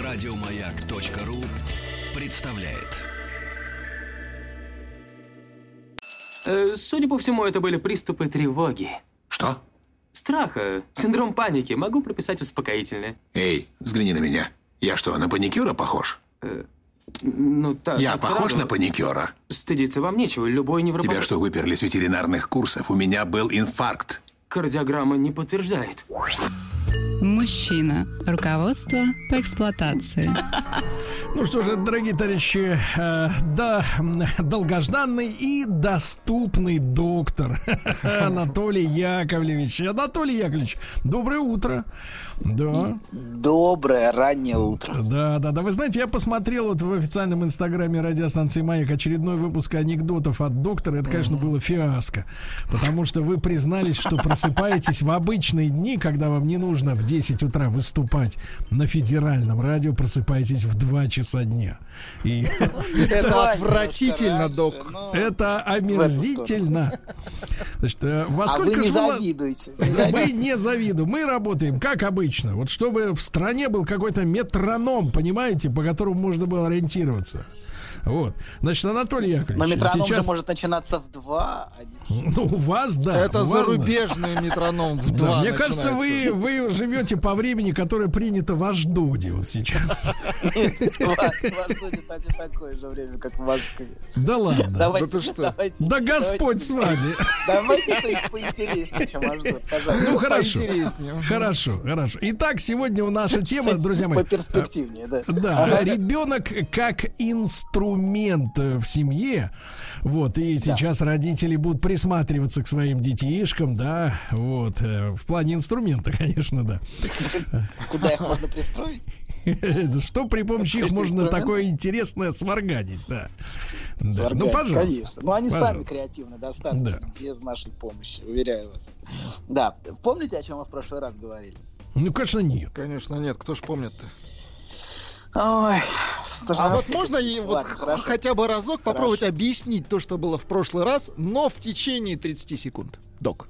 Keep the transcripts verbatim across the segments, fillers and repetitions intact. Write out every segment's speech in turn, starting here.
Радиомаяк.ру представляет. Судя по всему, это были приступы тревоги. Что? Страха, синдром паники. Могу прописать успокоительное. Эй, взгляни на меня. Я что, на паникюра похож? Э, ну, так, Я так похож сразу. на паникюра? Стыдиться вам нечего. Любой невропатолог... Тебя что, выперли с ветеринарных курсов? У меня был инфаркт. Кардиограмма не подтверждает. Мужчина. Руководство по эксплуатации. Ну что же, дорогие товарищи, э, да, долгожданный и доступный доктор Анатолий Яковлевич. Анатолий Яковлевич, доброе утро. Да. Доброе раннее утро. Да, да, да. Вы знаете, я посмотрел вот в официальном инстаграме радиостанции «Маяк» очередной выпуск анекдотов от доктора. Это, конечно, было фиаско. Потому что вы признались, что просыпаетесь в обычные дни, когда вам не нужно в десять утра выступать на федеральном радио, просыпаетесь в два часа дня. И это отвратительно, док. это омерзительно. Значит, во а сколько вы не жила... завидуете. Мы не завидуем. Мы работаем, как обычно. Вот чтобы в стране был какой-то метроном, понимаете, по которому можно было ориентироваться. Вот. Значит, Анатолий Яковлевич, но метроном сейчас... же может начинаться в два. А не... Ну, у вас, да. Это зарубежный да. метроном в два. Да, мне кажется, вы, вы живете по времени, которое принято в Аждоде вот сейчас. В Аждоде там не такое же время, как в Москве. Да ладно. Давайте, давайте, да Господь с вами. Давайте что-нибудь поинтереснее, чем Аждот, пожалуйста. Ну, хорошо. Хорошо, хорошо. Итак, сегодня наша тема, друзья мои. Поперспективнее, да. Да, ребенок как инструмент в семье. Вот, и сейчас да. родители будут присматриваться к своим детишкам, да, вот, в плане инструмента, конечно, да. Куда их можно пристроить? Что при помощи их можно такое интересное сварганить, да. Да. Ну, пожалуйста. Конечно. Ну, они пожалуйста. Сами креативны достаточно, да. без нашей помощи, уверяю вас. Да. Помните, о чем мы в прошлый раз говорили? Ну, конечно, нет. Конечно, нет. Кто ж помнит-то? Ой, а вот можно и вот х- хотя бы разок хорошо. попробовать объяснить то, что было в прошлый раз, но в течение тридцати секунд, док.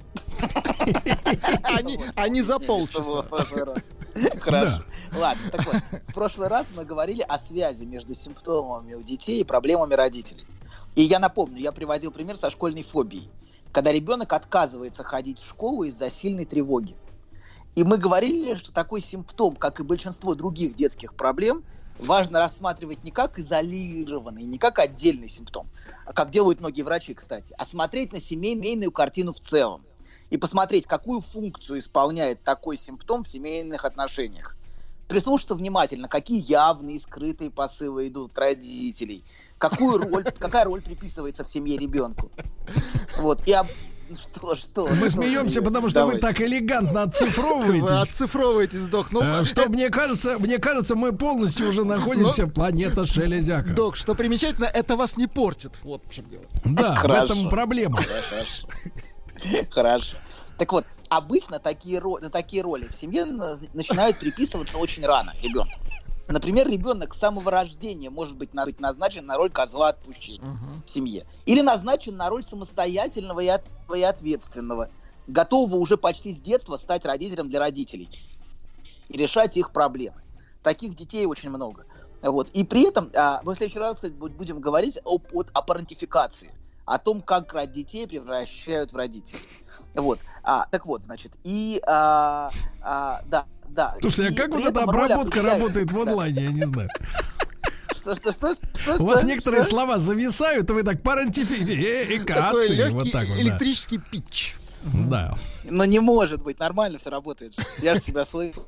А не за полчаса. Хорошо. Ладно, так вот. В прошлый раз мы говорили о связи между симптомами у детей и проблемами родителей. И я напомню, я приводил пример со школьной фобией, когда ребенок отказывается ходить в школу из-за сильной тревоги. И мы говорили, что такой симптом, как и большинство других детских проблем, важно рассматривать не как изолированный, не как отдельный симптом, а как делают многие врачи, кстати, а смотреть на семейную картину в целом и посмотреть, какую функцию исполняет такой симптом в семейных отношениях. Прислушаться внимательно, какие явные и скрытые посылы идут от родителей, какую роль, какая роль приписывается в семье ребенку. Вот, и об... Что, что? Мы что, смеемся, потому что давайте. Вы так элегантно отцифровываетесь. Вы отцифровываетесь, док. Ну, что это... мне кажется, мне кажется, мы полностью уже находимся в планета Шелезяка. Док, что примечательно, это вас не портит. Вот в чем дело. Да, хорошо. В этом проблема. Хорошо. Хорошо. Так вот, обычно такие роли, на такие роли в семье начинают приписываться очень рано ребенку. Например, ребенок с самого рождения может быть назначен на роль козла отпущения uh-huh. в семье. Или назначен на роль самостоятельного и, от, и ответственного, готового уже почти с детства стать родителем для родителей и решать их проблемы. Таких детей очень много. Вот. И при этом а, мы в следующий раз, кстати, будем говорить о, о, о парентификации, о том, как детей превращают в родителей. Вот. А, так вот, значит, и а, а, да. Да. Слушай, а как вот эта обработка работает в онлайне, я не знаю. Что, что, что, что, У вас что, некоторые что? слова зависают, и вы так парентификации, вот так вот. Электрический питч. Да. Но не может быть, нормально все работает. Я же себя слышу.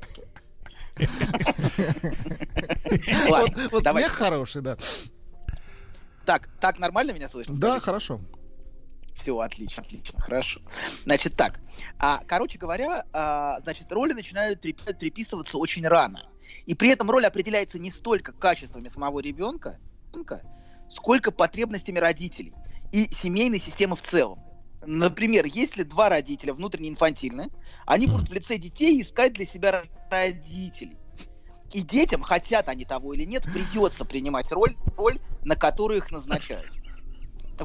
Вот смех хороший, да. Так, так нормально меня слышно? Да, хорошо. Все, отлично, отлично, хорошо. Значит, так, а, короче говоря, а, значит, роли начинают приписываться очень рано. И при этом роль определяется не столько качествами самого ребенка, сколько потребностями родителей и семейной системы в целом. Например, если два родителя внутренне инфантильны, они будут в лице детей искать для себя родителей. И детям, хотят они того или нет, придется принимать роль, роль, на которую их назначают. Вот.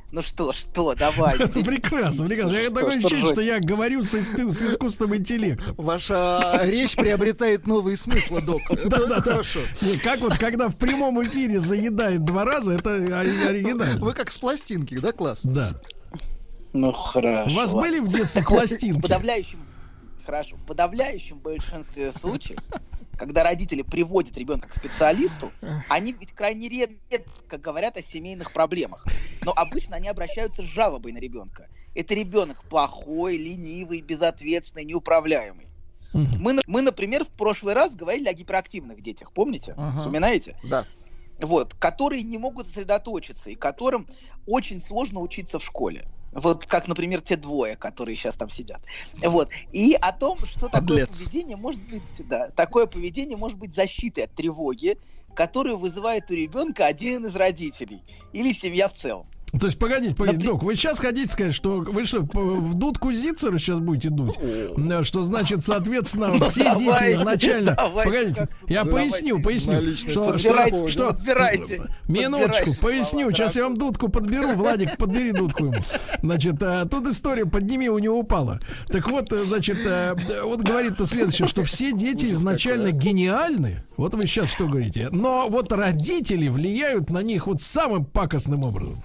Ну что, что, давай. Прекрасно, прекрасно. Я такое ощущение, что я говорю с искусственным интеллектом. Ваша речь приобретает новые смыслы, док. Это хорошо. Как вот, когда в прямом эфире заедает два раза, это оригинально. Вы как с пластинки, да, класс? Да. Ну, хорошо. У вас были в детстве пластинки? В подавляющем, хорошо, в подавляющем большинстве случаев, когда родители приводят ребенка к специалисту, они ведь крайне редко говорят о семейных проблемах. Но обычно они обращаются с жалобой на ребенка. Это ребенок плохой, ленивый, безответственный, неуправляемый. Uh-huh. Мы, мы, например, в прошлый раз говорили о гиперактивных детях, помните? Uh-huh. Вспоминаете? Да. Вот, которые не могут сосредоточиться и которым очень сложно учиться в школе. Вот как, например, те двое, которые сейчас там сидят. Вот. И о том, что такое Подлец. поведение может быть, да, такое поведение может быть защитой от тревоги, которую вызывает у ребенка один из родителей или семья в целом. То есть, погодите, погодите, Напри... док, вы сейчас хотите сказать, что вы что, в дудку Зицера сейчас будете дуть? Что значит, соответственно, ну, все давай, дети изначально... Давай, погодите, я давайте, поясню, поясню. Что, что, что... Подбирайте. Минуточку, подбирайте, поясню. Слава, сейчас я вам дудку подберу. Владик, подбери дудку ему. Значит, а, тут история «Подними, у него упала». Так вот, значит, а, вот говорит-то следующее, что все дети изначально гениальны. Вот вы сейчас что говорите? Но вот родители влияют на них вот самым пакостным образом.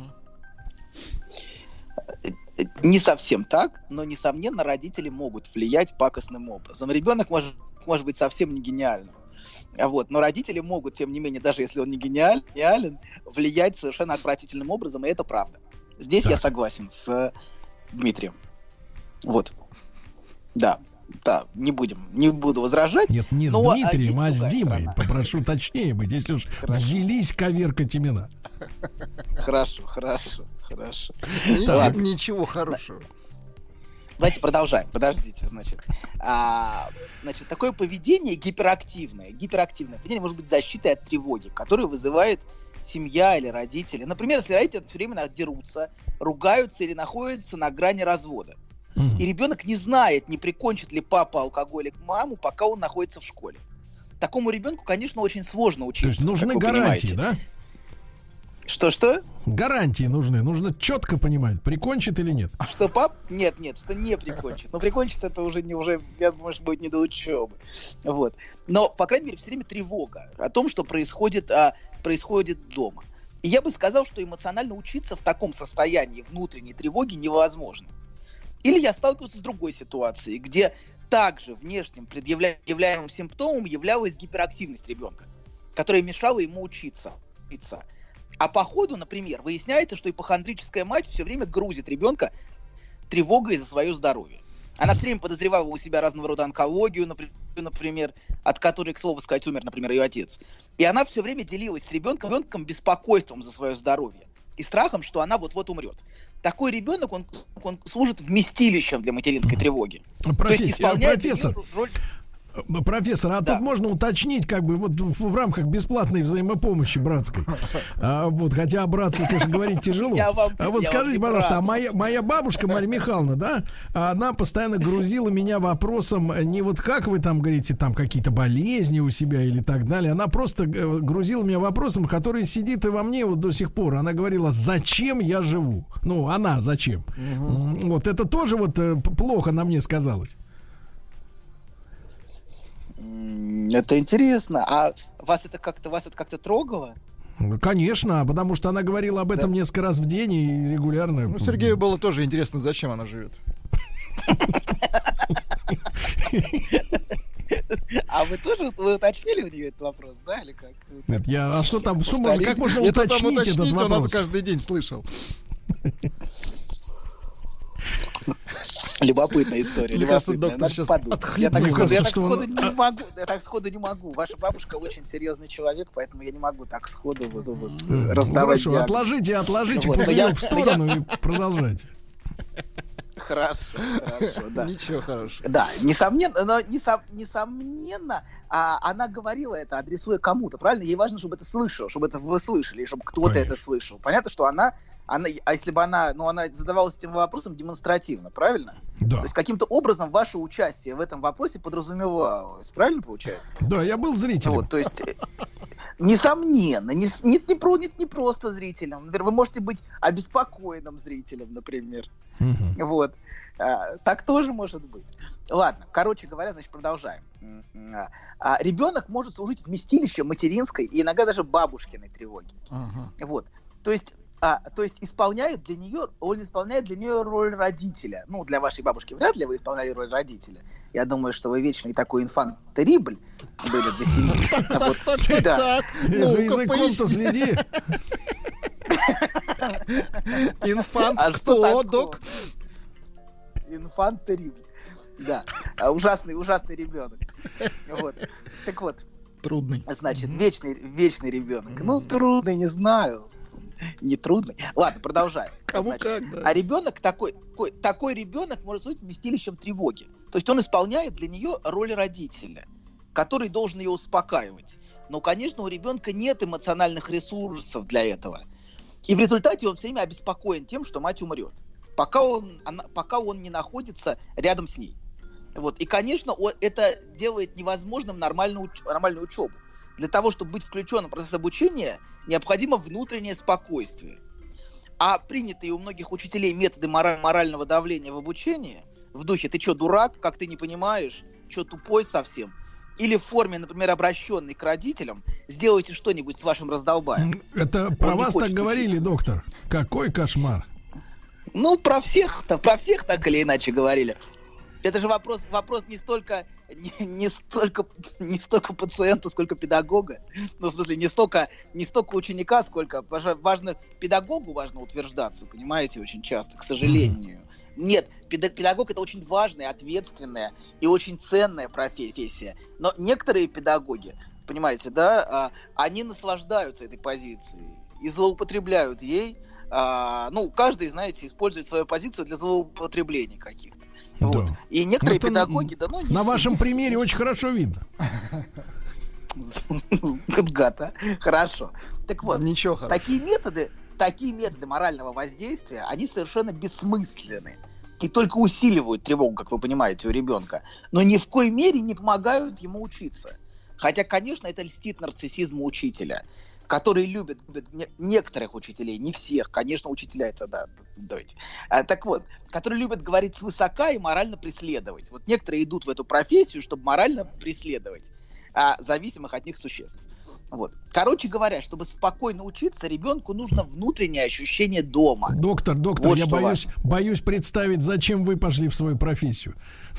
Не совсем так, но, несомненно, родители могут влиять пакостным образом. Ребенок может, может быть совсем не гениальным. Вот, но родители могут, тем не менее, даже если он не гениаль, гениален, влиять совершенно отвратительным образом, и это правда. Здесь так. Я согласен с э, Дмитрием. Вот. Да. Да, не будем, не буду возражать. Нет, не с но, Дмитрием, а, а с Димой. Страна. Попрошу точнее быть, если уж хорошо. Взялись коверкать имена. Хорошо, хорошо, хорошо. Так. Ничего хорошего. Давайте продолжаем. Подождите, значит. А, значит, такое поведение гиперактивное. Гиперактивное поведение может быть защитой от тревоги, которую вызывает семья или родители. Например, если родители все время дерутся, ругаются или находятся на грани развода. Mm-hmm. И ребенок не знает, не прикончит ли папа алкоголик маму, пока он находится в школе. Такому ребенку, конечно, очень сложно учиться. То есть нужны гарантии, да? Что-что? Гарантии нужны. Нужно четко понимать, прикончит или нет. Что пап? Нет, нет, что не прикончит. Но прикончит это уже не уже, я думаю, может быть, не до учебы. Вот. Но, по крайней мере, все время тревога о том, что происходит, а, происходит дома. И я бы сказал, что эмоционально учиться в таком состоянии внутренней тревоги невозможно. Или я сталкивался с другой ситуацией, где также внешним предъявляемым симптомом являлась гиперактивность ребенка, которая мешала ему учиться. А по ходу, например, выясняется, что ипохондрическая мать все время грузит ребенка тревогой за свое здоровье. Она все время подозревала у себя разного рода онкологию, например, от которой, к слову сказать, умер, например, ее отец. И она все время делилась с ребенком, ребенком беспокойством за свое здоровье и страхом, что она вот-вот умрет. Такой ребенок, он, он служит вместилищем для материнской тревоги. Профессия, профессор, роль... профессор, а да. Тут можно уточнить, как бы, вот в, в рамках бесплатной взаимопомощи братской. А, вот, хотя о братце, конечно, говорить тяжело. Вам, а вот скажите, пожалуйста, а моя, моя бабушка, Марья Михайловна, да, она постоянно грузила меня вопросом, не вот как вы там говорите, там какие-то болезни у себя или так далее, она просто грузила меня вопросом, который сидит и во мне вот до сих пор. Она говорила, зачем я живу? Ну, она зачем? Угу. Вот это тоже вот плохо на мне сказалось. Это интересно. А вас это как-то вас это как-то трогало? Конечно, потому что она говорила об этом да. несколько раз в день и регулярно. Ну, Сергею было тоже интересно, зачем она живет. А вы тоже вы уточнили у нее этот вопрос, да, или как? Нет, я. А что там? Что можно? Как можно уточнить этот вопрос? Он каждый день слышал. Любопытная история. Мне кажется, доктор сейчас я так, сходу, я так сходу он... не могу. Я так сходу не могу. Ваша бабушка очень серьезный человек, вот, я не могу так сходу вот, вот, раздавать. Хорошо, диагноз. отложите, отложите вот. пузырек я, в сторону я... и продолжайте. Хорошо, хорошо, да. Ничего хорошего. Да, несомненно, но несом, несомненно, а, она говорила это, адресуя кому-то, правильно? Ей важно, чтобы это слышал, чтобы это вы слышали, чтобы кто-то Конечно. это слышал. Понятно, что она Она, а если бы она, ну, она задавалась этим вопросом демонстративно, правильно? Да. То есть каким-то образом ваше участие в этом вопросе подразумевалось, правильно получается? Да, я был зрителем. Вот, то есть, Несомненно. Не, нет, не, про, нет, не просто зрителем. Например, вы можете быть обеспокоенным зрителем, например. Mm-hmm. Вот. А, так тоже может быть. Ладно, короче говоря, значит, продолжаем. А, ребенок может служить вместилищем материнской и иногда даже бабушкиной тревоги. Uh-huh. Вот. То есть, а, то есть исполняет для нее, он исполняет для нее роль родителя. Ну, для вашей бабушки вряд ли вы исполняли роль родителя. Я думаю, что вы вечный такой инфант терибль были для семьи. Так, за языком-то следи. Инфант кто, док? Инфант терибль. Да, ужасный, ужасный ребенок. Вот. Так вот. Трудный. Значит, вечный, вечный ребенок. Ну, трудный, не знаю. Не трудный. Ладно, продолжаем. Кому Значит, как, да. А ребенок такой, такой, такой ребенок может служить вместилищем тревоги. То есть он исполняет для нее роль родителя, который должен ее успокаивать. Но, конечно, у ребенка нет эмоциональных ресурсов для этого. И в результате он все время обеспокоен тем, что мать умрет, пока он, она, пока он не находится рядом с ней. Вот. И, конечно, он, это делает невозможным нормальную, уч- нормальную учебу. Для того, чтобы быть включенным в процесс обучения, необходимо внутреннее спокойствие. А принятые у многих учителей методы мораль- морального давления в обучении, в духе «ты что, дурак? Как ты не понимаешь? Что, тупой совсем?» Или в форме, например, обращенной к родителям «сделайте что-нибудь с вашим раздолбаем». Это про вас так говорили, доктор. Какой кошмар. Ну, про всех, про всех так или иначе говорили. Это же вопрос, вопрос не столько, не, не столько, не столько пациента, сколько педагога. Ну, в смысле, не столько, не столько ученика, сколько важно педагогу важно утверждаться, понимаете, очень часто, к сожалению. Нет, педагог — это очень важная, ответственная и очень ценная профессия. Но некоторые педагоги, понимаете, да, они наслаждаются этой позицией и злоупотребляют ей. Ну, каждый, знаете, использует свою позицию для злоупотреблений каких-то. Да. Вот. И некоторые это педагоги, да, ну, не на все, вашем не примере все. Очень хорошо видно. Гад, а? Хорошо. Так вот, Ничего хорошего. Такие методы, такие методы морального воздействия, они совершенно бессмысленны и только усиливают тревогу, как вы понимаете, у ребенка, но ни в коей мере не помогают ему учиться. Хотя, конечно, это льстит нарциссизму учителя, которые любят, любят не, некоторых учителей, не всех, конечно, учителя это, да, давайте. А, так вот, которые любят говорить свысока и морально преследовать. Вот некоторые идут в эту профессию, чтобы морально преследовать а, зависимых от них существ. Вот. Короче говоря, чтобы спокойно учиться, ребенку нужно внутреннее ощущение дома. Доктор, доктор, вот я боюсь, боюсь представить, зачем вы пошли в свою профессию.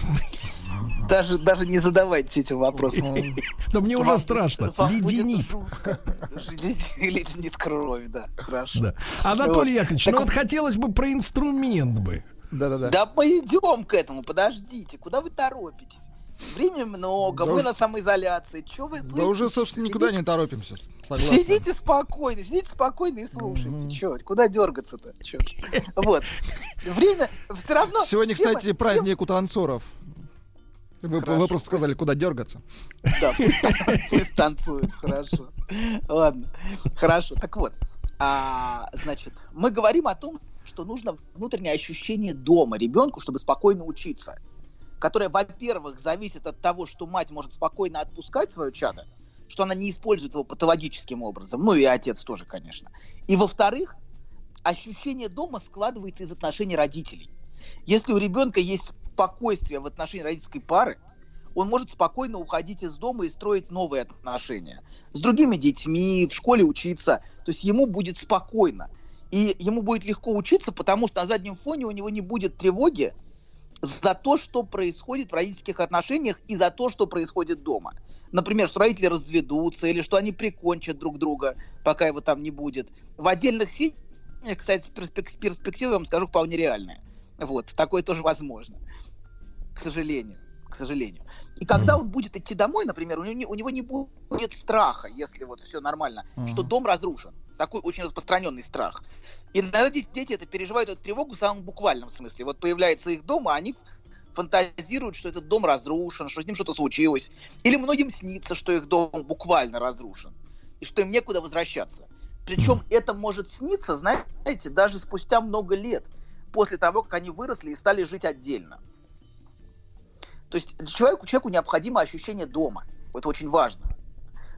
Даже, даже не задавайте эти вопросы. Да мне уже страшно. Леденит. Леденит кровь, да. Хорошо. Анатолий Яковлевич, ну вот хотелось бы про инструмент бы. Да-да-да. Да пойдем к этому, подождите. Куда вы торопитесь? Времени много, да мы уж... на самоизоляции. Чё вы да уже, собственно, никуда сидите... не торопимся. Согласна. Сидите спокойно, сидите спокойно и слушайте. Mm-hmm. Чё, куда дергаться-то? Чё? Вот. Время все равно... Сегодня, всем... кстати, праздник всем... у танцоров. Вы, вы просто сказали, куда дергаться. Да, пусть, пусть танцуют, хорошо. Ладно, хорошо. Так вот, а, значит, мы говорим о том, что нужно внутреннее ощущение дома ребенку, чтобы спокойно учиться. Которая, во-первых, зависит от того, что мать может спокойно отпускать свое чадо, что она не использует его патологическим образом, ну и отец тоже, конечно. И, во-вторых, ощущение дома складывается из отношений родителей. Если у ребенка есть спокойствие в отношении родительской пары, он может спокойно уходить из дома и строить новые отношения с другими детьми, в школе учиться. То есть ему будет спокойно. И ему будет легко учиться, потому что на заднем фоне у него не будет тревоги за то, что происходит в родительских отношениях и за то, что происходит дома. Например, что родители разведутся или что они прикончат друг друга, пока его там не будет. В отдельных семьях, кстати, перспектива, я вам скажу, вполне реальная. Вот, такое тоже возможно. К сожалению. К сожалению. И когда он будет идти домой, например, у него, у него не будет страха, если вот все нормально, uh-huh. что дом разрушен. Такой очень распространенный страх. И иногда дети это переживают, эту тревогу в самом буквальном смысле. Вот появляется их дом, а они фантазируют, что этот дом разрушен, что с ним что-то случилось. Или многим снится, что их дом буквально разрушен. И что им некуда возвращаться. Причем это может сниться, знаете, даже спустя много лет. После того, как они выросли и стали жить отдельно. То есть человеку, человеку необходимо ощущение дома. Это очень важно.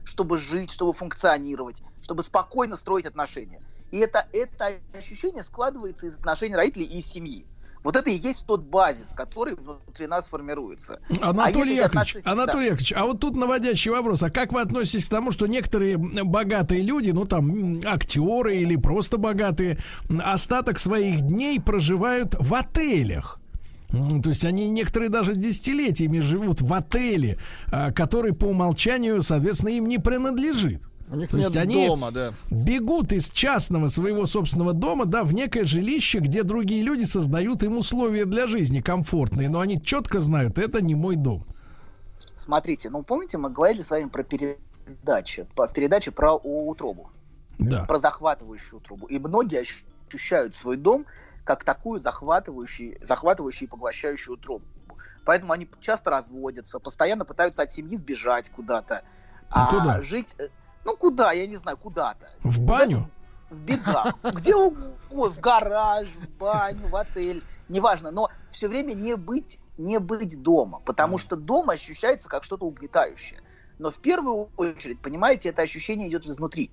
чтобы жить, чтобы функционировать, чтобы спокойно строить отношения. И это, это ощущение складывается из отношений родителей и из семьи. Вот это и есть тот базис, который внутри нас формируется. Анатолий а Яковлевич, отношения... Анатолий да. Яковлевич, а вот тут наводящий вопрос. А как вы относитесь к тому, что некоторые богатые люди, ну там актеры или просто богатые, остаток своих дней проживают в отелях? То есть они некоторые даже десятилетиями живут в отеле, который по умолчанию, соответственно, им не принадлежит. У них То нет есть они дома, да. бегут из частного своего собственного дома, да, в некое жилище, где другие люди создают им условия для жизни комфортные, но они четко знают, это не мой дом. Смотрите, ну помните, мы говорили с вами про передачи, в передаче про утробу, Да. про захватывающую утробу, и многие ощущают свой дом как такую захватывающую, захватывающую и поглощающую утробу. Поэтому они часто разводятся, постоянно пытаются от семьи сбежать куда-то, а, а куда? жить. Ну, куда, я не знаю, куда-то. В баню? В бегах. Где угодно, в гараж, в баню, в отель, неважно. Но все время не быть, не быть дома, потому что дом ощущается как что-то угнетающее. Но в первую очередь, понимаете, это ощущение идет изнутри.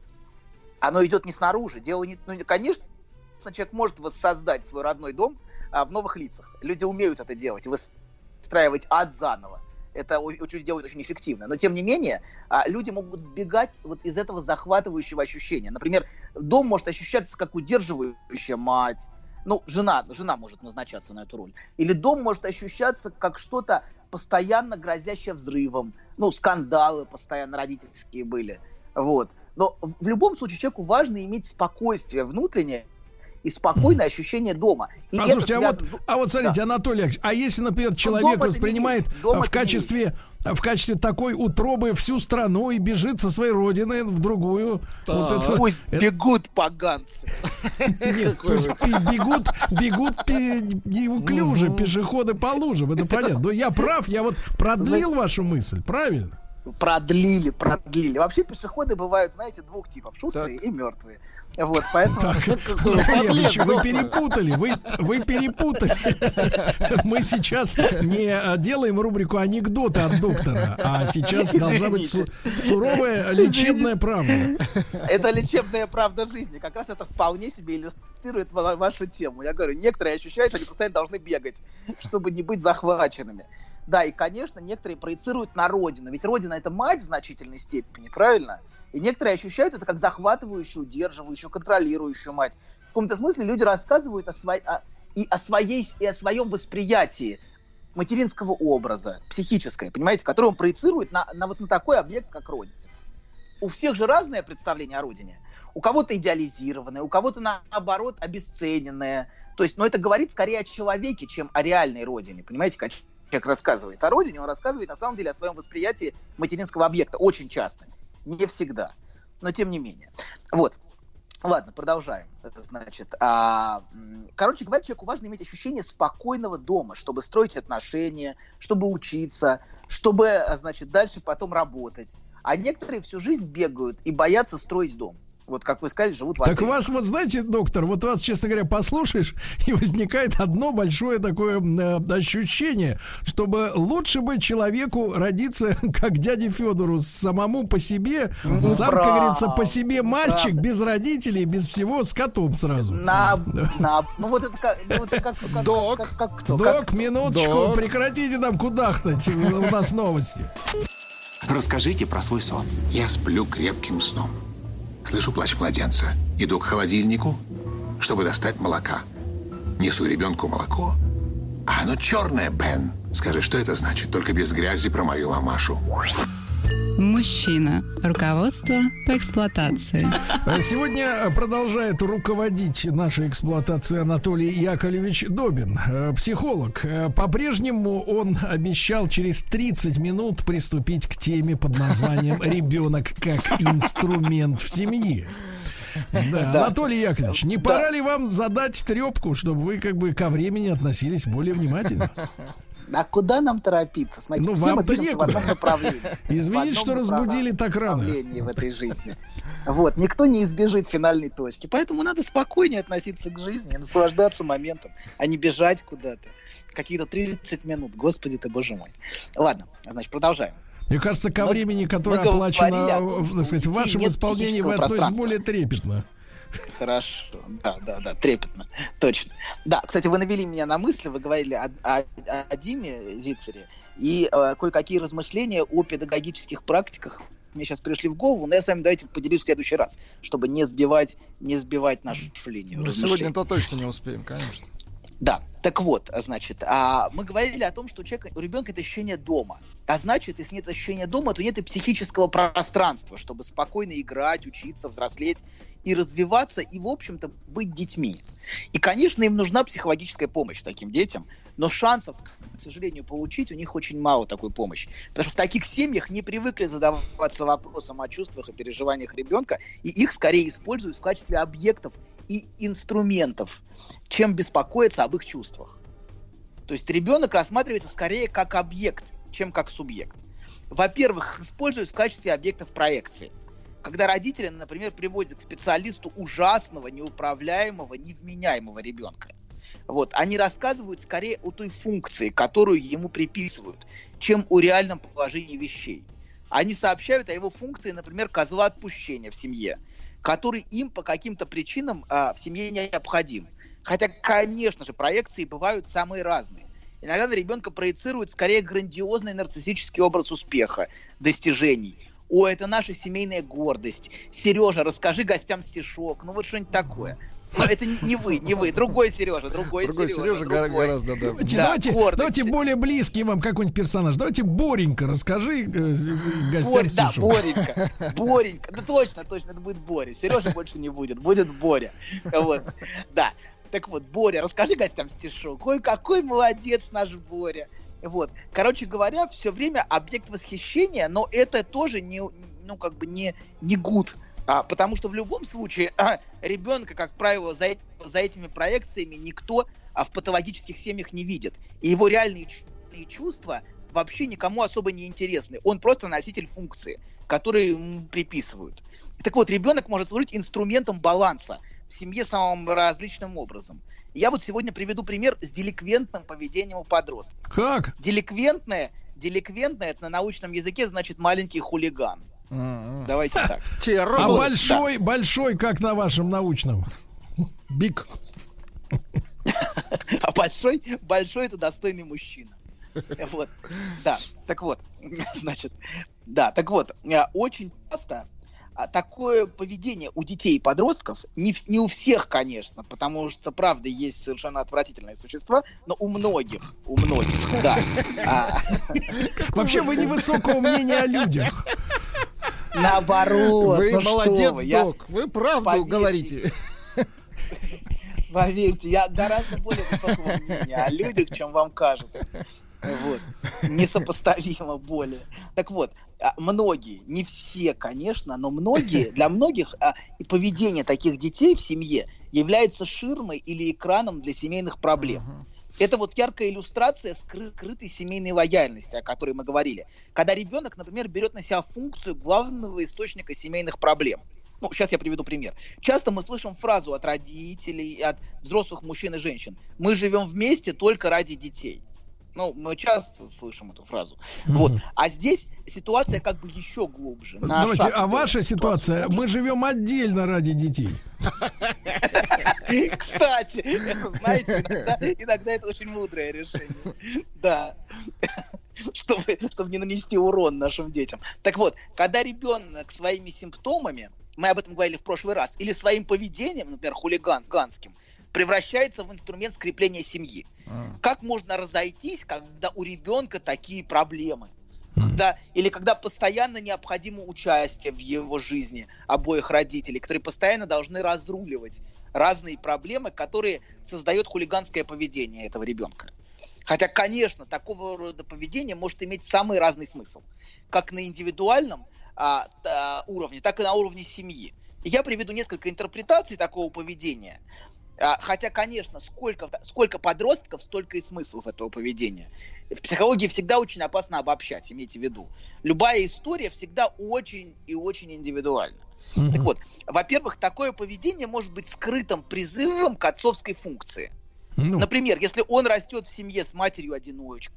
Оно идет не снаружи. Дело не... Ну, конечно, человек может воссоздать свой родной дом а, в новых лицах. Люди умеют это делать, выстраивать ад заново. Это очень делают очень эффективно. Но, тем не менее, люди могут сбегать вот из этого захватывающего ощущения. Например, дом может ощущаться как удерживающая мать. Ну, жена, жена может назначаться на эту роль. Или дом может ощущаться как что-то постоянно грозящее взрывом. Ну, скандалы постоянно родительские были. Вот. Но в любом случае человеку важно иметь спокойствие внутреннее и спокойное ощущение дома. И Послушайте, а вот, связано... а вот смотрите, да. Анатолий Яковлевич, а если, например, человек воспринимает в качестве, в качестве такой утробы всю страну и бежит со своей родины в другую... Вот это, пусть это... бегут поганцы. Нет, пусть бегут, бегут неуклюже, пешеходы по лужам, это понятно. Но я прав, я вот продлил вашу мысль, правильно? Продлили, продлили. Вообще пешеходы бывают, знаете, двух типов: шустрые так. и мертвые. Вот, поэтому... Так, подлец, вы перепутали, вы, вы перепутали. Мы сейчас не делаем рубрику анекдоты от доктора, а сейчас должна быть су- суровая лечебная правда. Это лечебная правда жизни. Как раз это вполне себе иллюстрирует вашу тему. Я говорю, некоторые ощущают, что они постоянно должны бегать, чтобы не быть захваченными. Да, и, конечно, некоторые проецируют на родину. Ведь родина — это мать в значительной степени, правильно? И некоторые ощущают это как захватывающую, удерживающую, контролирующую мать. В каком-то смысле люди рассказывают о, сво... о... И, о своей... и о своем восприятии материнского образа, психическое, понимаете, которое он проецирует на, на вот на такой объект, как родина. У всех же разное представление о родине. У кого-то идеализированное, у кого-то, наоборот, обесцененное. То есть, ну, это говорит скорее о человеке, чем о реальной родине, понимаете, как человек рассказывает о родине, он рассказывает на самом деле о своем восприятии материнского объекта. Очень часто. Не всегда. Но тем не менее. Вот. Ладно, продолжаем. Это значит, а, короче говоря, человеку важно иметь ощущение спокойного дома, чтобы строить отношения, чтобы учиться, чтобы, значит, дальше потом работать. А некоторые всю жизнь бегают и боятся строить дом. Вот, как вы сказали, живут в отеле. Так вас, вот знаете, доктор, вот вас, честно говоря, послушаешь, и возникает одно большое такое э, ощущение, чтобы лучше бы человеку родиться, как дяде Федору, самому по себе, ну, сам, прав, как говорится, по себе мальчик, правда. Без родителей, без всего, с котом сразу. На, на, ну вот это как... Ну, это как, как док, как, как, кто, док, как, минуточку, док. Прекратите там кудахтать, у нас новости. Расскажите про свой сон. Я сплю крепким сном. Слышу плач младенца. Иду к холодильнику, чтобы достать молока. Несу ребенку молоко, а оно черное, Бен. Скажи, что это значит? Только без грязи про мою мамашу. Мужчина. Руководство по эксплуатации. Сегодня продолжает руководить нашей эксплуатацией Анатолий Яковлевич Добин, психолог. По-прежнему он обещал через тридцать минут приступить к теме под названием «Ребенок как инструмент в семье». Да, да. Анатолий Яковлевич, не да. пора ли вам задать трепку, чтобы вы как бы ко времени относились более внимательно? А куда нам торопиться? Смотрите, ну, все мы движемся некуда. В одном направлении. Извините, что разбудили так рано. В этой жизни. Вот, никто не избежит финальной точки. Поэтому надо спокойнее относиться к жизни, наслаждаться моментом, а не бежать куда-то. Какие-то тридцать минут. Господи ты, боже мой. Ладно, значит, продолжаем. Мне кажется, ко мы, времени, которое оплачено, так сказать, в вашем исполнении, вы относитесь более трепетно. Хорошо, да, да, да, трепетно, точно. Да, кстати, вы навели меня на мысли, вы говорили о, о, о Диме Зицере, и э, кое-какие размышления о педагогических практиках мне сейчас пришли в голову, но я с вами давайте поделюсь в следующий раз, чтобы не сбивать, не сбивать нашу линию. Ну, сегодня-то точно не успеем, конечно. Да, так вот, значит, а мы говорили о том, что у человека, у ребенка это ощущение дома. А значит, если нет ощущения дома, то нет и психического пространства, чтобы спокойно играть, учиться, взрослеть и развиваться, и, в общем-то, быть детьми. И, конечно, им нужна психологическая помощь таким детям, но шансов, к сожалению, получить у них очень мало такой помощи. Потому что в таких семьях не привыкли задаваться вопросом о чувствах и переживаниях ребенка, и их скорее используют в качестве объектов и инструментов, чем беспокоиться об их чувствах. То есть ребенок рассматривается скорее как объект, чем как субъект. Во-первых, используют в качестве объектов проекции. Когда родители, например, приводят к специалисту ужасного, неуправляемого, невменяемого ребенка. Вот. Они рассказывают скорее о той функции, которую ему приписывают, чем о реальном положении вещей. Они сообщают о его функции, например, козла отпущения в семье, который им по каким-то причинам а, в семье необходим. Хотя, конечно же, проекции бывают самые разные. Иногда на ребенка проецируют скорее грандиозный нарциссический образ успеха, достижений. О, это наша семейная гордость. Сережа, расскажи гостям стишок. Ну вот что-нибудь такое. Но это не, не вы, не вы. Другой Сережа, другой, другой Сережа. Сережа другой. Гораздо, да. Давайте, да, давайте, давайте более близкий вам какой-нибудь персонаж. Давайте Боренька расскажи э, гостям Борь, стишок. Да, Боренька. Боренька. Да точно, точно, это будет Боря. Сережа больше не будет. Будет Боря. Вот. Да. Так вот, Боря, расскажи гостям стишок. Ой, какой молодец наш Боря. Вот. Короче говоря, все время объект восхищения, но это тоже не, ну, как бы не, не гуд. А, потому что в любом случае а, ребенка, как правило, за, за этими проекциями никто а, в патологических семьях не видит. И его реальные чувства вообще никому особо не интересны. Он просто носитель функции, которые ему приписывают. Так вот, ребенок может служить инструментом баланса в семье самым различным образом. Я вот сегодня приведу пример с деликвентным поведением у подростков. Как? Деликвентное, деликвентное, это на научном языке значит маленький хулиган. Mm-hmm. Давайте так. А большой, да. большой, как на вашем научном? Биг. А большой, большой это достойный мужчина. Вот. Да, так вот, значит, да, так вот, очень часто такое поведение у детей и подростков, не, не у всех, конечно, потому что, правда, есть совершенно отвратительные существа, но у многих, у многих, да. А... Вообще вы невысокого мнения о людях. Наоборот. Вы ну молодец, вы, док, я... вы правду Поверьте. говорите. Поверьте, я гораздо более высокого мнения о людях, чем вам кажется. Вот. Несопоставимо более. Так вот, многие, не все, конечно, но многие, для многих и поведение таких детей в семье является ширмой или экраном для семейных проблем. Это вот яркая иллюстрация скрытой семейной лояльности, о которой мы говорили. Когда ребенок, например, берет на себя функцию главного источника семейных проблем. Ну, сейчас я приведу пример. Часто мы слышим фразу от родителей, от взрослых мужчин и женщин: мы живем вместе только ради детей. Ну, мы часто слышим эту фразу. Mm-hmm. Вот. А здесь ситуация как бы еще глубже. Давайте, а ваша ситуация: мы живем отдельно ради детей. Кстати, знаете, иногда, иногда это очень мудрое решение. Да. Чтобы, чтобы не нанести урон нашим детям. Так вот, когда ребенок своими симптомами, мы об этом говорили в прошлый раз, или своим поведением, например, хулиганским, превращается в инструмент скрепления семьи. А. Как можно разойтись, когда у ребенка такие проблемы? Когда, или когда постоянно необходимо участие в его жизни обоих родителей, которые постоянно должны разруливать разные проблемы, которые создает хулиганское поведение этого ребенка. Хотя, конечно, такого рода поведение может иметь самый разный смысл. Как на индивидуальном а, а, уровне, так и на уровне семьи. И я приведу несколько интерпретаций такого поведения. А, хотя, конечно, сколько, сколько подростков, столько и смыслов этого поведения. В психологии всегда очень опасно обобщать, имейте в виду. Любая история всегда очень и очень индивидуальна. Mm-hmm. Так вот, во-первых, такое поведение может быть скрытым призывом к отцовской функции. Ну. Например, если он растет в семье с матерью-одиночкой,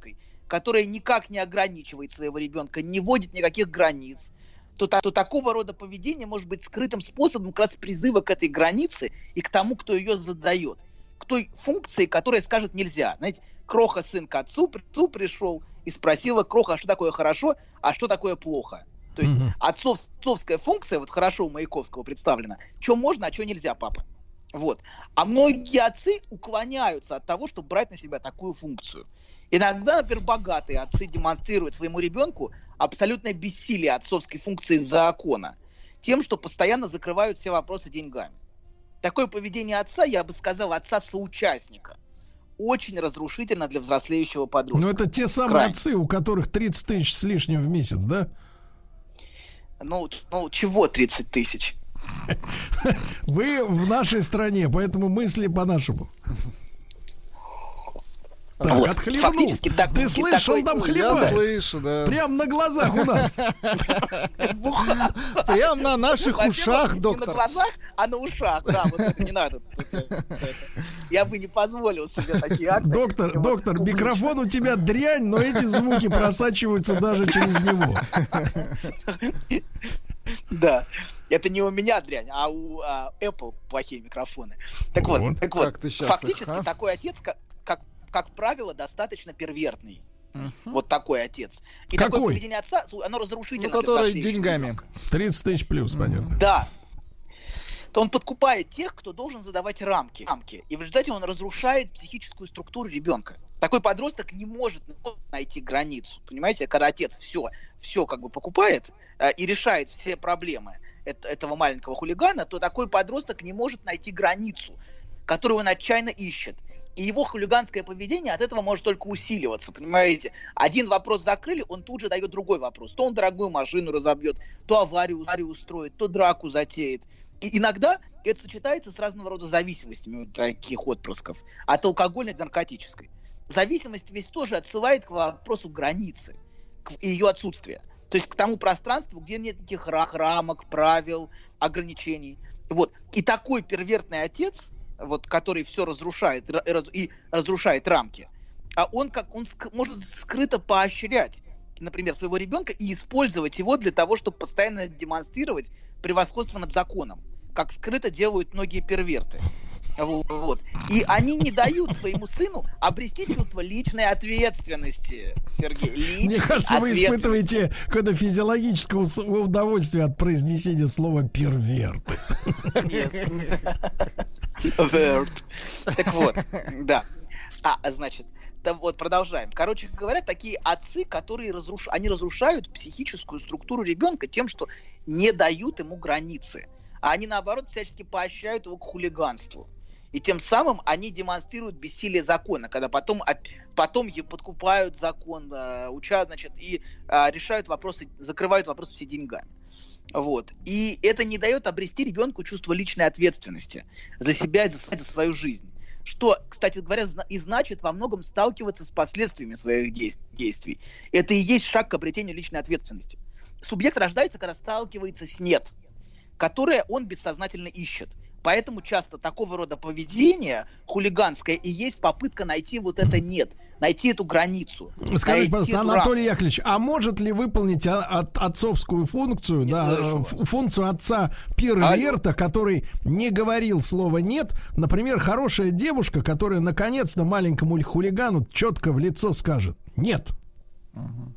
которая никак не ограничивает своего ребенка, не вводит никаких границ, то, то такого рода поведение может быть скрытым способом как раз призыва к этой границе и к тому, кто ее задает, к той функции, которая скажет нельзя. Знаете, Кроха сын к отцу, отцу пришел и спросила Кроха, а что такое хорошо, а что такое плохо. То есть mm-hmm. отцов, отцовская функция, вот хорошо у Маяковского представлена, что можно, а что нельзя, папа. Вот. А многие отцы уклоняются от того, чтобы брать на себя такую функцию. Иногда, например, богатые отцы демонстрируют своему ребенку абсолютное бессилие отцовской функции закона тем, что постоянно закрывают все вопросы деньгами. Такое поведение отца, я бы сказал, отца-соучастника, очень разрушительно для взрослеющего подростка. Ну, это те самые Крайне. отцы, у которых тридцать тысяч с лишним в месяц, да? Ну, ну чего тридцать тысяч? Вы в нашей стране, поэтому мысли по-нашему. Так, вот, отхлебнул. Так, ты слышишь, такой, он там хлебает? Я слышу, да. Прям на глазах у нас. Прям на наших ушах, доктор. Не на глазах, а на ушах. Да, вот это не надо. Я бы не позволил себе такие акты. Доктор, доктор, микрофон у тебя дрянь, но эти звуки просачиваются даже через него. Да. Это не у меня дрянь, а у а, Apple плохие микрофоны. Так вот, вот. так вот, фактически их, а? такой отец, как, как, как правило, достаточно первертный. Uh-huh. Вот такой отец. И Какой? такое поведение отца, оно разрушительно. Ну, который деньгами. Ребенка. тридцать тысяч плюс, понятно. Да. То он подкупает тех, кто должен задавать рамки. рамки. И в результате он разрушает психическую структуру ребенка. Такой подросток не может найти границу. Понимаете, когда отец все, все как бы покупает э, и решает все проблемы этого маленького хулигана, то такой подросток не может найти границу, которую он отчаянно ищет. И его хулиганское поведение от этого может только усиливаться, понимаете? Один вопрос закрыли, он тут же дает другой вопрос. То он дорогую машину разобьет, то аварию, аварию устроит, то драку затеет. И иногда это сочетается с разного рода зависимостями у таких отпрысков, от алкогольной до наркотической. Зависимость ведь тоже отсылает к вопросу границы, к ее отсутствию. То есть к тому пространству, где нет никаких рамок, правил, ограничений. Вот. И такой первертный отец, вот, который все разрушает и разрушает рамки, а он, как, он ск- может скрыто поощрять, например, своего ребенка и использовать его для того, чтобы постоянно демонстрировать превосходство над законом, как скрыто делают многие перверты. Вот. И они не дают своему сыну обрести чувство личной ответственности, Сергей. Личной Мне кажется, вы испытываете какое-то физиологическое удовольствие от произнесения слова «перверт». Нет. Перверт. Так вот, да. А, значит, вот продолжаем. Короче говоря, такие отцы, которые разруш... они разрушают психическую структуру ребенка тем, что не дают ему границы. А они, наоборот, всячески поощряют его к хулиганству. И тем самым они демонстрируют бессилие закона, когда потом, потом подкупают закон, учат, значит, и а, решают вопросы, закрывают вопросы все деньгами. Вот. И это не дает обрести ребенку чувство личной ответственности за себя и за, за свою жизнь. Что, кстати говоря, и значит во многом сталкиваться с последствиями своих действий. Это и есть шаг к обретению личной ответственности. Субъект рождается, когда сталкивается с «нет», которое он бессознательно ищет. Поэтому часто такого рода поведение хулиганское и есть попытка найти вот это «нет», найти эту границу. Скажите, пожалуйста, Анатолий Яковлевич, а может ли выполнить от, отцовскую функцию, не да, функцию отца перверта, который не говорил слова «нет», например, хорошая девушка, которая наконец-то маленькому хулигану четко в лицо скажет «нет». Угу.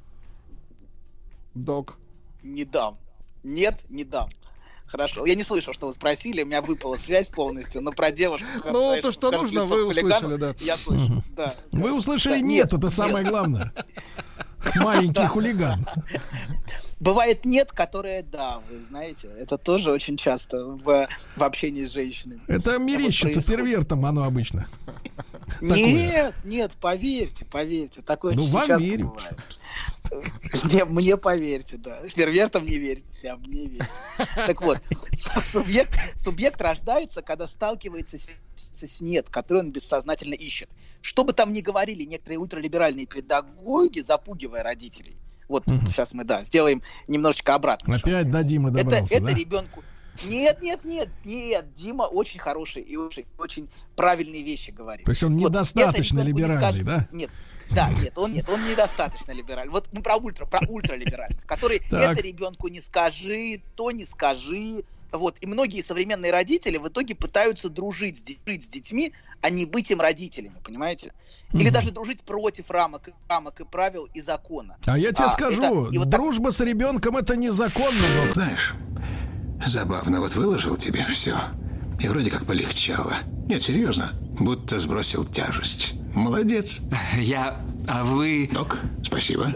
Док. Не дам. Нет, не дам. Хорошо. Я не слышал, что вы спросили, у меня выпала связь полностью, но про девушку... Ну, то, что нужно, вы услышали, да. Я слышу, да. Вы услышали «нет», это самое главное. Маленький хулиган. Бывает «нет», которое «да», вы знаете. Это тоже очень часто в, в общении с женщинами. Это мерещится первертом оно обычно. Нет, нет, поверьте, поверьте. Такое ну, очень вам часто верю. бывает. Мне, мне поверьте, да. Первертам не верьте, а мне верьте. Так вот, субъект, субъект рождается, когда сталкивается с, с «нет», который он бессознательно ищет. Что бы там ни говорили некоторые ультралиберальные педагоги, запугивая родителей. Вот угу. Сейчас мы, да, сделаем немножечко обратно. Опять до Димы добрался, это, да? Это ребенку... Нет, нет, нет, нет, Дима очень хороший и очень, очень правильные вещи говорит. То есть он вот, недостаточно либеральный, скажет, да? Нет, Да, нет, он нет, он недостаточно либеральный. Вот мы про ультра, про ультралиберальных, который это ребенку не скажи, то не скажи. Вот, и многие современные родители в итоге пытаются дружить с, дружить с детьми, а не быть им родителями, понимаете? Или mm-hmm. даже дружить против рамок, рамок и правил и закона. А я тебе а, скажу, это, вот дружба так... с ребенком — это незаконно. Но... Знаешь, забавно, вот выложил тебе все, и вроде как полегчало. Нет, серьезно, будто сбросил тяжесть. Молодец. Я... А вы... Док, спасибо.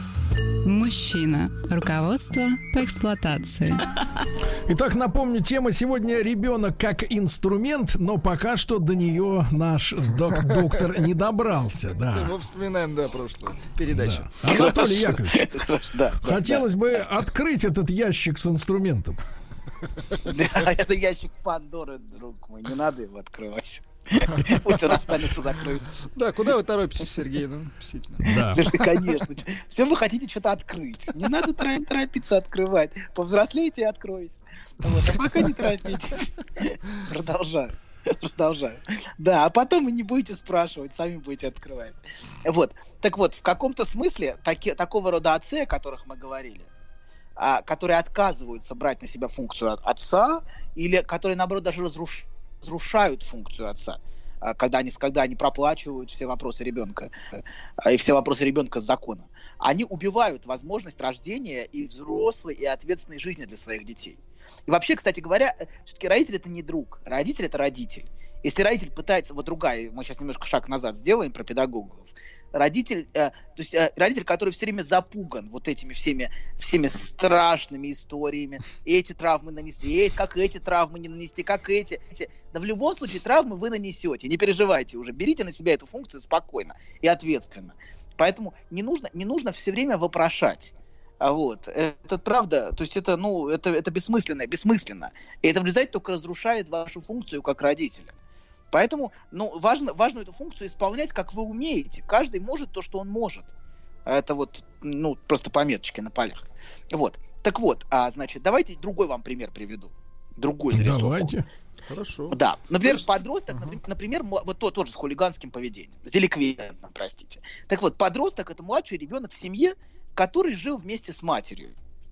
Мужчина. Руководство по эксплуатации. Итак, напомню, тема сегодня — ребенок как инструмент, но пока что до нее наш док- доктор не добрался. Да. Мы вспоминаем, да, прошлую передачу. Да. Анатолий Яковлевич, да, хотелось да. бы открыть этот ящик с инструментом. Да, это ящик Пандоры, друг мой, не надо его открывать. Пусть он останется закрыт. Да, куда вы торопитесь, Сергей? Ну, да. Конечно. Все вы хотите что-то открыть. Не надо торопиться открывать. Повзрослейте и откройте. Вот. А пока не торопитесь. Продолжаю. Продолжаю. Да, а потом вы не будете спрашивать, сами будете открывать. Вот. Так вот, в каком-то смысле таки, такого рода отцы, о которых мы говорили, а, которые отказываются брать на себя функцию отца, или которые, наоборот, даже разрушают разрушают функцию отца, когда они, когда они проплачивают все вопросы ребенка и все вопросы ребенка с закона. Они убивают возможность рождения и взрослой, и ответственной жизни для своих детей. И вообще, кстати говоря, все-таки родитель — это не друг, родитель — это родитель. Если родитель пытается, вот другая, мы сейчас немножко шаг назад сделаем про педагогов, родитель, э, то есть э, родитель, который все время запуган вот этими всеми, всеми страшными историями, эти травмы нанести, э, как эти травмы не нанести, как эти, эти. Да в любом случае травмы вы нанесете, не переживайте уже, берите на себя эту функцию спокойно и ответственно. Поэтому не нужно, не нужно все время вопрошать. А вот, это правда, то есть это, ну, это, это бессмысленно, бессмысленно. И это в результате только разрушает вашу функцию как родителя. Поэтому, ну, важно, важно эту функцию исполнять, как вы умеете. Каждый может то, что он может. Это вот, ну, просто пометочки на полях. Вот. Так вот, а, значит, давайте другой вам пример приведу. Другой зарисовку. Давайте. Хорошо. Да. Например, Просто... подросток, uh-huh. например, вот тот тоже с хулиганским поведением. С деликвентным, простите. Так вот, подросток — это младший ребенок в семье, который жил вместе с матерью.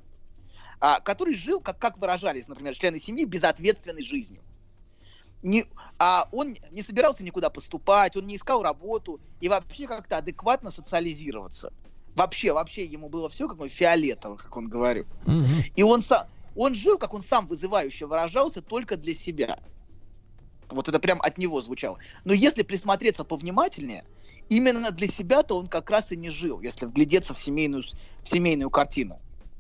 А, который жил, как, как выражались, например, члены семьи, безответственной жизнью. Не, а он не собирался никуда поступать, он не искал работу и вообще как-то адекватно социализироваться. Вообще, вообще ему было все как бы фиолетово, как он говорил. Mm-hmm. И он, сам, он жил, как он сам вызывающе выражался, только для себя. Вот это прям от него звучало. Но если присмотреться повнимательнее, именно для себя-то он как раз и не жил, если вглядеться в семейную, в семейную картину.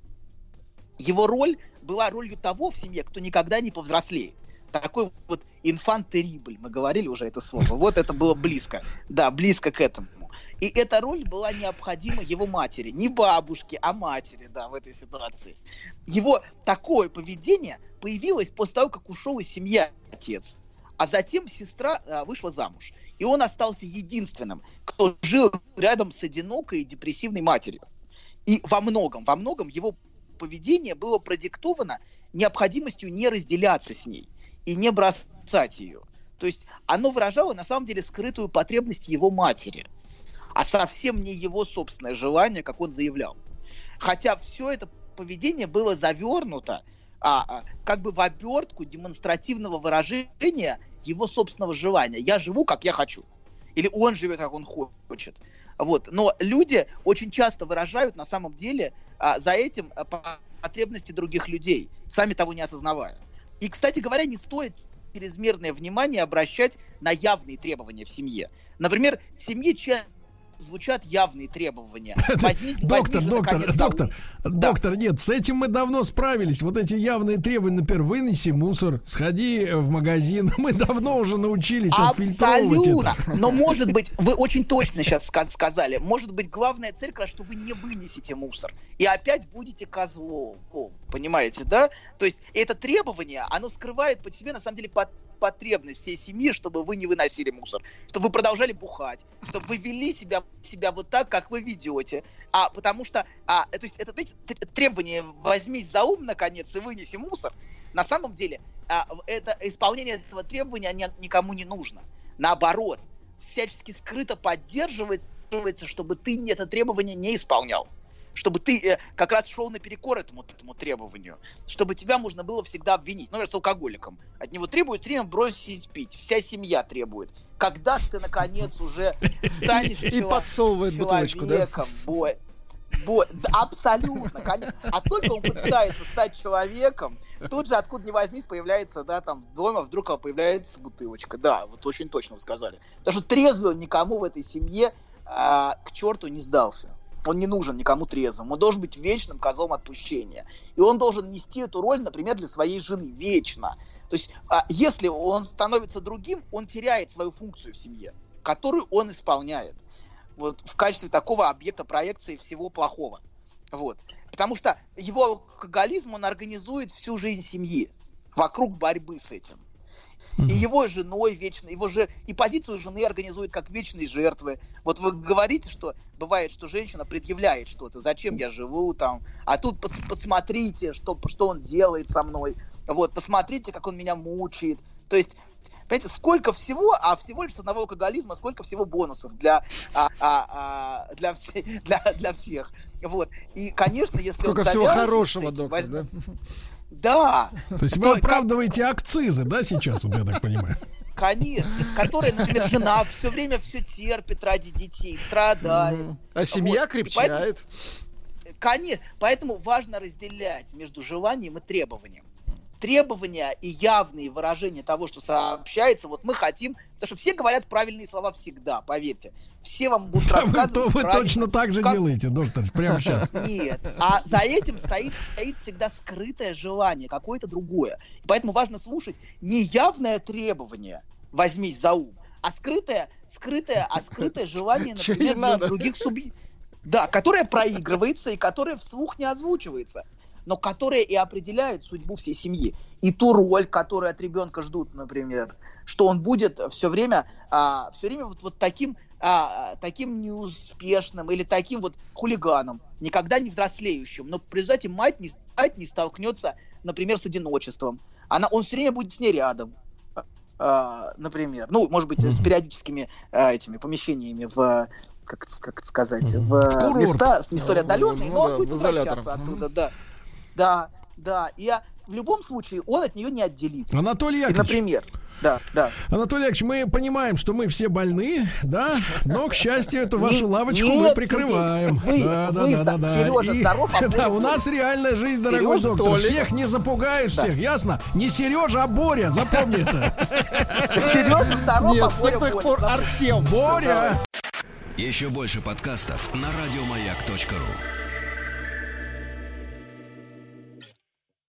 Его роль была ролью того в семье, кто никогда не повзрослеет. Такой вот инфант терибль, мы говорили уже это слово. Вот это было близко. Да, близко к этому. И эта роль была необходима его матери. Не бабушке, а матери, да, в этой ситуации. Его такое поведение появилось после того, как ушел из семьи отец. А затем сестра а, вышла замуж. И он остался единственным, кто жил рядом с одинокой и депрессивной матерью. И во многом, во многом его поведение было продиктовано необходимостью не разделяться с ней и не бросать ее. То есть оно выражало на самом деле скрытую потребность его матери, а совсем не его собственное желание, как он заявлял. Хотя все это поведение было завернуто а, а, как бы в обертку демонстративного выражения его собственного желания. Я живу, как я хочу. Или он живет, как он хочет. Вот. Но люди очень часто выражают на самом деле а, за этим а, потребности других людей, сами того не осознавая. И, кстати говоря, не стоит чрезмерное внимание обращать на явные требования в семье. Например, в семье часто звучат явные требования. Возьми, доктор, возьми доктор, наконец, доктор, да. доктор, нет, с этим мы давно справились. Вот эти явные требования, например, вынеси мусор, сходи в магазин. Мы давно уже научились отфильтровывать это. Но, может быть, вы очень точно сейчас сказали, может быть, главная цель, как раз, что вы не вынесете мусор. И опять будете козлом. Понимаете, да? То есть это требование, оно скрывает под себе, на самом деле, под потребность всей семьи, чтобы вы не выносили мусор, чтобы вы продолжали бухать, чтобы вы вели себя, себя вот так, как вы ведете. А потому что, а, то есть это, видите, требование «возьмись за ум, наконец, и вынеси мусор», на самом деле а, это, исполнение этого требования никому не нужно. Наоборот, всячески скрыто поддерживается чтобы ты это требование не исполнял. Чтобы ты э, как раз шел наперекор этому, этому требованию. Чтобы тебя можно было всегда обвинить. Например, с алкоголиком. От него требуют требуют бросить пить. Вся семья требует. Когда же ты, наконец, уже станешь и подсовывает бутылочку, да? Бой, бой, да, абсолютно. А только он пытается стать человеком, тут же, откуда ни возьмись, появляется, да, там, дома вдруг появляется бутылочка. Да, вот очень точно вы сказали. Потому что трезвый он никому в этой семье а, к черту не сдался. Он не нужен никому трезвым. Он должен быть вечным козлом отпущения. И он должен нести эту роль, например, для своей жены. Вечно. То есть, а, если он становится другим, он теряет свою функцию в семье, которую он исполняет. Вот в качестве такого объекта проекции всего плохого. Вот. Потому что его алкоголизм, он организует всю жизнь семьи вокруг борьбы с этим. И его женой вечно, его же и позицию жены организует как вечной жертвы. Вот вы говорите, что бывает, что женщина предъявляет что-то, зачем я живу там, а тут пос- посмотрите, что, что он делает со мной, вот, посмотрите, как он меня мучает. То есть, понимаете, сколько всего, а всего лишь с одного алкоголизма, сколько всего бонусов для, а, а, а, для, все, для, для всех. Вот. И, конечно, если сколько он всего хорошего, этим, доктор, возьмет... да? Да. То есть вы оправдываете акцизы, да, сейчас, вот я так понимаю? Конечно. Которые, например, жена все время все терпит ради детей, страдает. А семья вот. крепчает. Поэтому, конечно. Поэтому важно разделять между желанием и требованием. Требования и явные выражения того, что сообщается, вот мы хотим, потому что все говорят правильные слова всегда, поверьте. Все вам будут да рассказывать. Вы, вы точно так же как... делаете, доктор, прямо сейчас. Нет, а за этим стоит, стоит всегда скрытое желание, какое-то другое. Поэтому важно слушать не явное требование «возьмись за ум», а скрытое, скрытое, а скрытое желание, например, для других субъектов. Да, которое проигрывается и которое вслух не озвучивается, но которые и определяют судьбу всей семьи. И ту роль, которую от ребенка ждут, например, что он будет все время, а, все время вот, вот таким, а, таким неуспешным или таким вот хулиганом, никогда не взрослеющим. Но при результате мать не, мать не столкнется, например, с одиночеством. Она, он все время будет с ней рядом, а, например. Ну, может быть, с периодическими а, этими помещениями в... Как, как это сказать? В, в места не столь отдаленные, но он будет возвращаться оттуда, да. Да, да. И я, в любом случае он от нее не отделится. Анатолий Яковлевич. И, например, да, да. Анатолий Яковлевич, мы понимаем, что мы все больны, да, но, к счастью, эту вашу лавочку Нет, мы прикрываем. Вы, да, вы, да, да, да, Сережа, и, здоров, а да, у нас реальная жизнь, Сережа, дорогой доктор. Толик. Всех не запугаешь, да. Всех, ясно? Не Сережа, а Боря, запомни это. Сережа, здоров, Нет, а с тех пор Артем. Боря. Еще больше подкастов на радиомаяк точка ру.